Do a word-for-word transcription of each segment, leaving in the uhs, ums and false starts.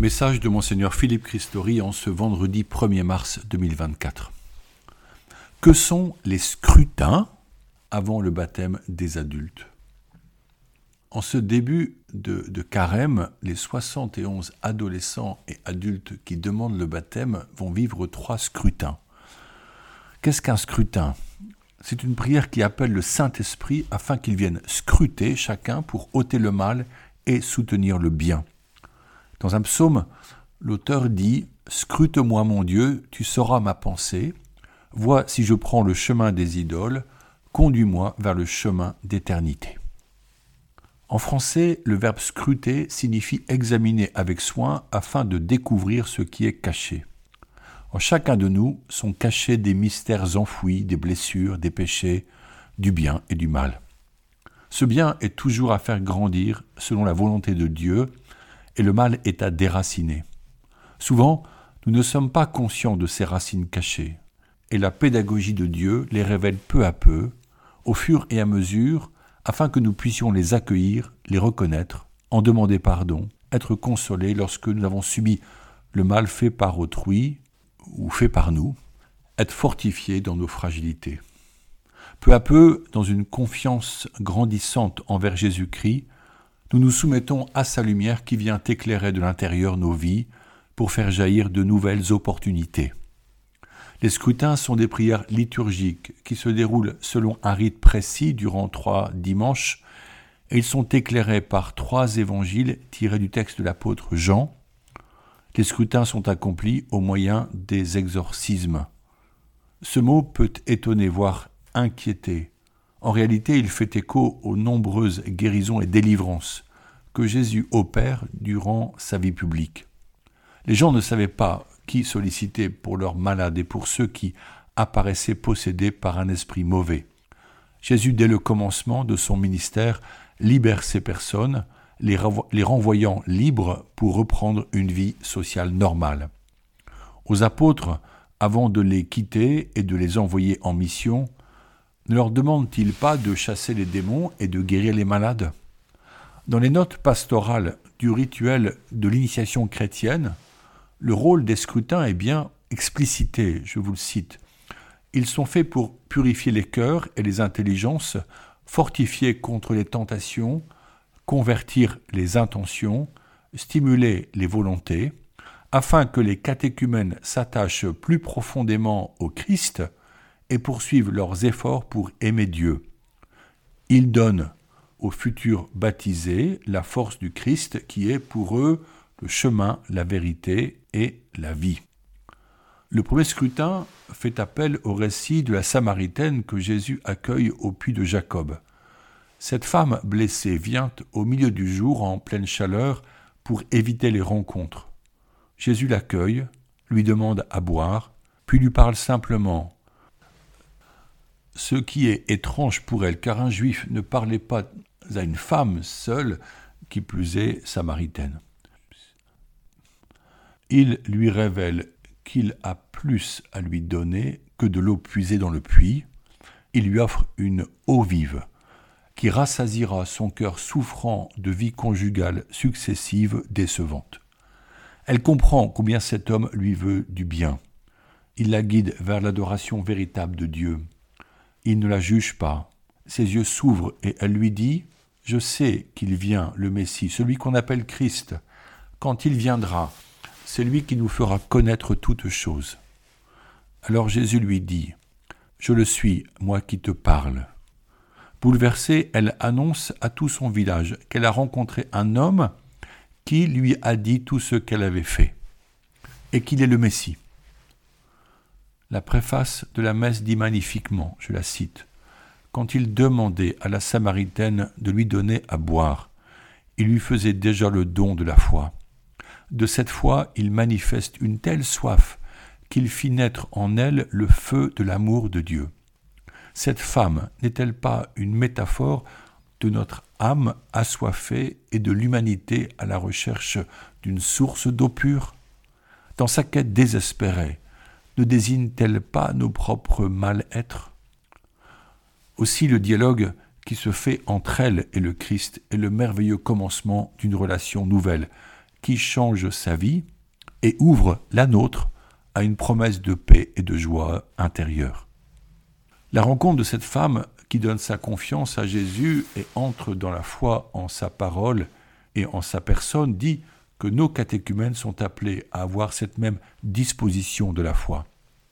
Message de Monseigneur Philippe Christori en ce vendredi premier mars deux mille vingt-quatre. Que sont les scrutins avant le baptême des adultes ? En ce début de, de carême, les soixante et onze adolescents et adultes qui demandent le baptême vont vivre trois scrutins. Qu'est-ce qu'un scrutin ? C'est une prière qui appelle le Saint-Esprit afin qu'il vienne scruter chacun pour ôter le mal et soutenir le bien. Dans un psaume, l'auteur dit « Scrute-moi mon Dieu, tu sauras ma pensée. Vois si je prends le chemin des idoles, conduis-moi vers le chemin d'éternité. » En français, le verbe scruter signifie examiner avec soin afin de découvrir ce qui est caché. En chacun de nous sont cachés des mystères enfouis, des blessures, des péchés, du bien et du mal. Ce bien est toujours à faire grandir selon la volonté de Dieu, et le mal est à déraciner. Souvent, nous ne sommes pas conscients de ces racines cachées, et la pédagogie de Dieu les révèle peu à peu, au fur et à mesure, afin que nous puissions les accueillir, les reconnaître, en demander pardon, être consolés lorsque nous avons subi le mal fait par autrui ou fait par nous, être fortifiés dans nos fragilités. Peu à peu, dans une confiance grandissante envers Jésus-Christ, nous nous soumettons à sa lumière qui vient éclairer de l'intérieur nos vies pour faire jaillir de nouvelles opportunités. Les scrutins sont des prières liturgiques qui se déroulent selon un rite précis durant trois dimanches et ils sont éclairés par trois évangiles tirés du texte de l'apôtre Jean. Les scrutins sont accomplis au moyen des exorcismes. Ce mot peut étonner, voire inquiéter. En réalité, il fait écho aux nombreuses guérisons et délivrances que Jésus opère durant sa vie publique. Les gens ne savaient pas qui solliciter pour leurs malades et pour ceux qui apparaissaient possédés par un esprit mauvais. Jésus, dès le commencement de son ministère, libère ces personnes, les, renvo- les renvoyant libres pour reprendre une vie sociale normale. Aux apôtres, avant de les quitter et de les envoyer en mission, ne leur demande-t-il pas de chasser les démons et de guérir les malades ? Dans les notes pastorales du rituel de l'initiation chrétienne, le rôle des scrutins est bien explicité, je vous le cite. Ils sont faits pour purifier les cœurs et les intelligences, fortifier contre les tentations, convertir les intentions, stimuler les volontés, afin que les catéchumènes s'attachent plus profondément au Christ et poursuivent leurs efforts pour aimer Dieu. Ils donnent aux futurs baptisés la force du Christ qui est pour eux le chemin, la vérité et la vie. Le premier scrutin fait appel au récit de la Samaritaine que Jésus accueille au puits de Jacob. Cette femme blessée vient au milieu du jour en pleine chaleur pour éviter les rencontres. Jésus l'accueille, lui demande à boire, puis lui parle simplement. Ce qui est étrange pour elle, car un juif ne parlait pas à une femme seule, qui plus est samaritaine. Il lui révèle qu'il a plus à lui donner que de l'eau puisée dans le puits. Il lui offre une eau vive qui rassasiera son cœur souffrant de vie conjugale successive décevante. Elle comprend combien cet homme lui veut du bien. Il la guide vers l'adoration véritable de Dieu. Il ne la juge pas. Ses yeux s'ouvrent et elle lui dit « Je sais qu'il vient, le Messie, celui qu'on appelle Christ. Quand il viendra, c'est lui qui nous fera connaître toutes choses. » Alors Jésus lui dit « Je le suis, moi qui te parle. » Bouleversée, elle annonce à tout son village qu'elle a rencontré un homme qui lui a dit tout ce qu'elle avait fait et qu'il est le Messie. La préface de la messe dit magnifiquement, je la cite, « Quand il demandait à la Samaritaine de lui donner à boire, il lui faisait déjà le don de la foi. De cette foi, il manifeste une telle soif qu'il fit naître en elle le feu de l'amour de Dieu. Cette femme n'est-elle pas une métaphore de notre âme assoiffée et de l'humanité à la recherche d'une source d'eau pure ? Dans sa quête désespérée, ne désigne-t-elle pas nos propres mal-être ? Aussi le dialogue qui se fait entre elle et le Christ est le merveilleux commencement d'une relation nouvelle qui change sa vie et ouvre la nôtre à une promesse de paix et de joie intérieure. La rencontre de cette femme qui donne sa confiance à Jésus et entre dans la foi en sa parole et en sa personne dit que nos catéchumènes sont appelés à avoir cette même disposition de la foi.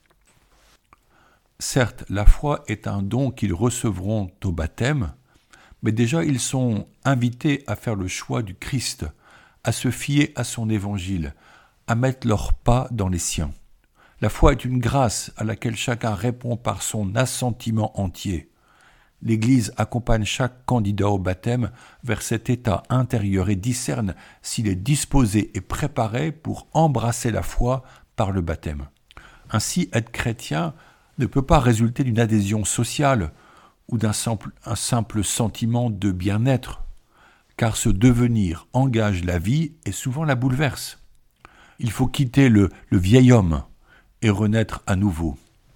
Certes, la foi est un don qu'ils recevront au baptême, mais déjà ils sont invités à faire le choix du Christ, à se fier à son évangile, à mettre leurs pas dans les siens. La foi est une grâce à laquelle chacun répond par son assentiment entier. L'Église accompagne chaque candidat au baptême vers cet état intérieur et discerne s'il est disposé et préparé pour embrasser la foi par le baptême. Ainsi, être chrétien ne peut pas résulter d'une adhésion sociale ou d'un simple, un simple sentiment de bien-être, car ce devenir engage la vie et souvent la bouleverse. Il faut quitter le, le vieil homme et renaître à nouveau.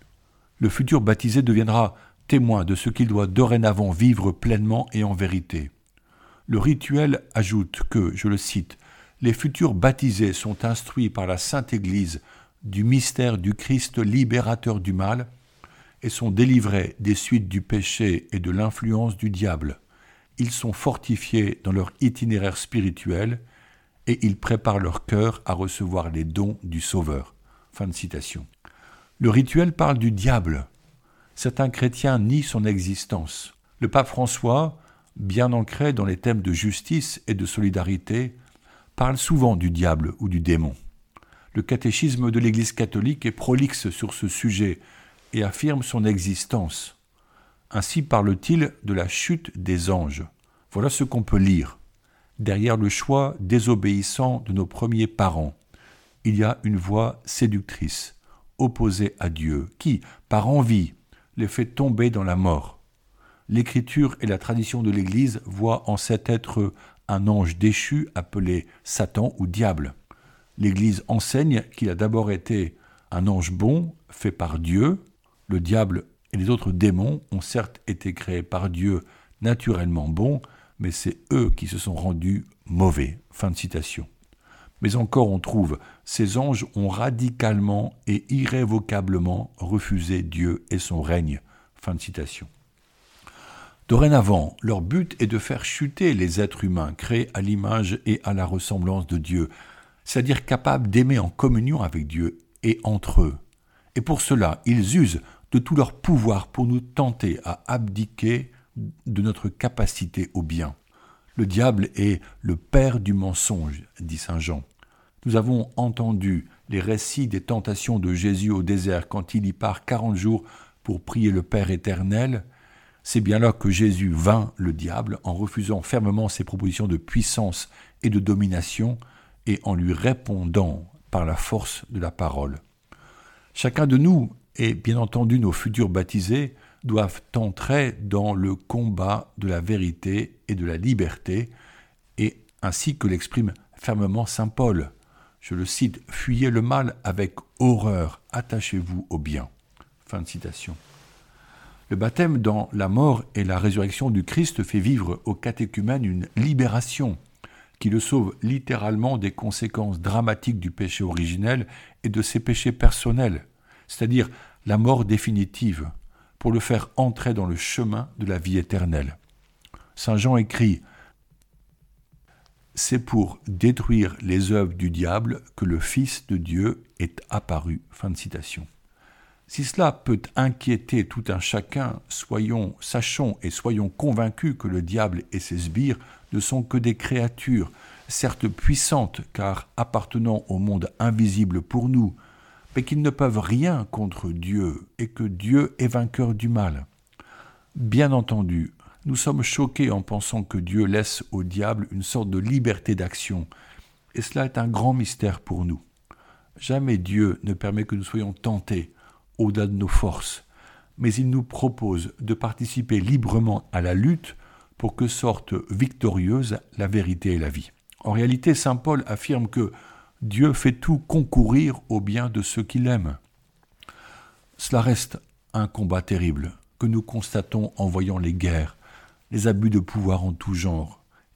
Le futur baptisé deviendra témoin de ce qu'il doit dorénavant vivre pleinement et en vérité. Le rituel ajoute que, je le cite, « Les futurs baptisés sont instruits par la Sainte Église du mystère du Christ libérateur du mal et sont délivrés des suites du péché et de l'influence du diable. Ils sont fortifiés dans leur itinéraire spirituel et ils préparent leur cœur à recevoir les dons du Sauveur. » Fin de citation. Le rituel parle du diable. Certains chrétiens nient son existence. Le pape François, bien ancré dans les thèmes de justice et de solidarité, parle souvent du diable ou du démon. Le catéchisme de l'Église catholique est prolixe sur ce sujet et affirme son existence. Ainsi parle-t-il de la chute des anges. Voilà ce qu'on peut lire. Derrière le choix désobéissant de nos premiers parents, il y a une voix séductrice, opposée à Dieu, qui, par envie, les fait tomber dans la mort. L'Écriture et la tradition de l'Église voient en cet être un ange déchu appelé Satan ou diable. L'Église enseigne qu'il a d'abord été un ange bon, fait par Dieu. Le diable et les autres démons ont certes été créés par Dieu naturellement bons, mais c'est eux qui se sont rendus mauvais. Fin de citation. Mais encore on trouve, ces anges ont radicalement et irrévocablement refusé Dieu et son règne. Fin de citation. Dorénavant, leur but est de faire chuter les êtres humains créés à l'image et à la ressemblance de Dieu, c'est-à-dire capables d'aimer en communion avec Dieu et entre eux. Et pour cela, ils usent de tout leur pouvoir pour nous tenter à abdiquer de notre capacité au bien. Le diable est le père du mensonge, dit saint Jean. Nous avons entendu les récits des tentations de Jésus au désert quand il y part quarante jours pour prier le Père éternel. C'est bien là que Jésus vainc le diable en refusant fermement ses propositions de puissance et de domination et en lui répondant par la force de la parole. Chacun de nous, et bien entendu nos futurs baptisés, doivent entrer dans le combat de la vérité et de la liberté, et ainsi que l'exprime fermement saint Paul. Je le cite, « Fuyez le mal avec horreur, attachez-vous au bien. » Fin de citation. Le baptême dans la mort et la résurrection du Christ fait vivre au catéchumène une libération qui le sauve littéralement des conséquences dramatiques du péché originel et de ses péchés personnels, c'est-à-dire la mort définitive, pour le faire entrer dans le chemin de la vie éternelle. Saint Jean écrit « C'est pour détruire les œuvres du diable que le Fils de Dieu est apparu. » Fin de citation. Si cela peut inquiéter tout un chacun, soyons, sachons et soyons convaincus que le diable et ses sbires ne sont que des créatures, certes puissantes car appartenant au monde invisible pour nous, mais qu'ils ne peuvent rien contre Dieu et que Dieu est vainqueur du mal. Bien entendu, nous sommes choqués en pensant que Dieu laisse au diable une sorte de liberté d'action, et cela est un grand mystère pour nous. Jamais Dieu ne permet que nous soyons tentés au-delà de nos forces, mais il nous propose de participer librement à la lutte pour que sortent victorieuses la vérité et la vie. En réalité, saint Paul affirme que Dieu fait tout concourir au bien de ceux qu'il aime. Cela reste un combat terrible que nous constatons en voyant les guerres, les abus de pouvoir en tout genre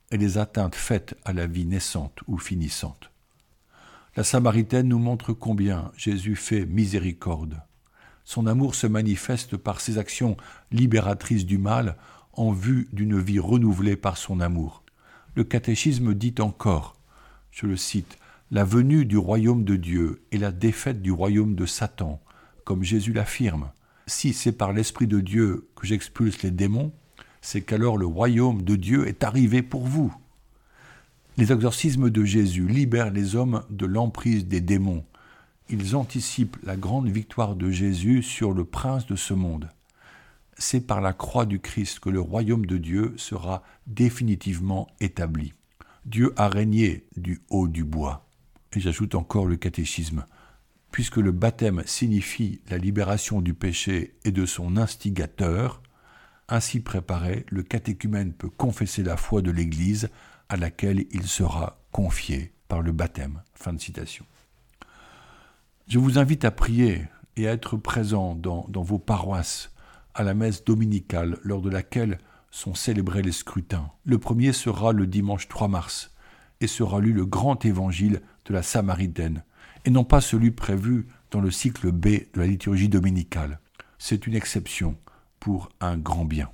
et les atteintes faites à la vie naissante ou finissante. La Samaritaine nous montre combien Jésus fait miséricorde. Son amour se manifeste par ses actions libératrices du mal en vue d'une vie renouvelée par son amour. Le catéchisme dit encore, je le cite, « La venue du royaume de Dieu et la défaite du royaume de Satan, comme Jésus l'affirme. Si c'est par l'Esprit de Dieu que j'expulse les démons, c'est qu'alors le royaume de Dieu est arrivé pour vous. » Les exorcismes de Jésus libèrent les hommes de l'emprise des démons. Ils anticipent la grande victoire de Jésus sur le prince de ce monde. C'est par la croix du Christ que le royaume de Dieu sera définitivement établi. Dieu a régné du haut du bois. Et j'ajoute encore le catéchisme. Puisque le baptême signifie la libération du péché et de son instigateur, ainsi préparé, le catéchumène peut confesser la foi de l'Église à laquelle il sera confié par le baptême. Fin de citation. Je vous invite à prier et à être présent dans, dans vos paroisses à la messe dominicale lors de laquelle sont célébrés les scrutins. Le premier sera le dimanche trois mars et sera lu le grand évangile de la Samaritaine et non pas celui prévu dans le cycle B de la liturgie dominicale. C'est une exception pour un grand bien.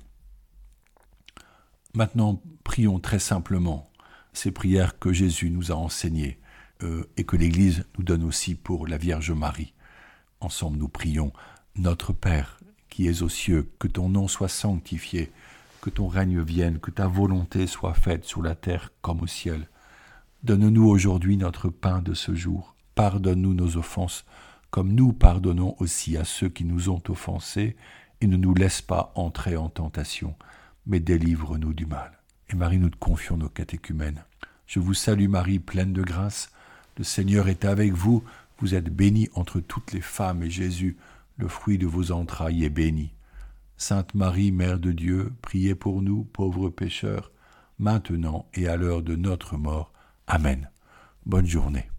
Maintenant, prions très simplement ces prières que Jésus nous a enseignées euh, et que l'Église nous donne aussi pour la Vierge Marie. Ensemble, nous prions « Notre Père, qui es aux cieux, que ton nom soit sanctifié, que ton règne vienne, que ta volonté soit faite sur la terre comme au ciel. Donne-nous aujourd'hui notre pain de ce jour. Pardonne-nous nos offenses, comme nous pardonnons aussi à ceux qui nous ont offensés, et ne nous laisse pas entrer en tentation, mais délivre-nous du mal. » Et Marie, nous te confions nos catéchumènes. Je vous salue Marie, pleine de grâce. Le Seigneur est avec vous. Vous êtes bénie entre toutes les femmes, et Jésus, le fruit de vos entrailles, est béni. Sainte Marie, Mère de Dieu, priez pour nous, pauvres pécheurs, maintenant et à l'heure de notre mort. Amen. Bonne journée.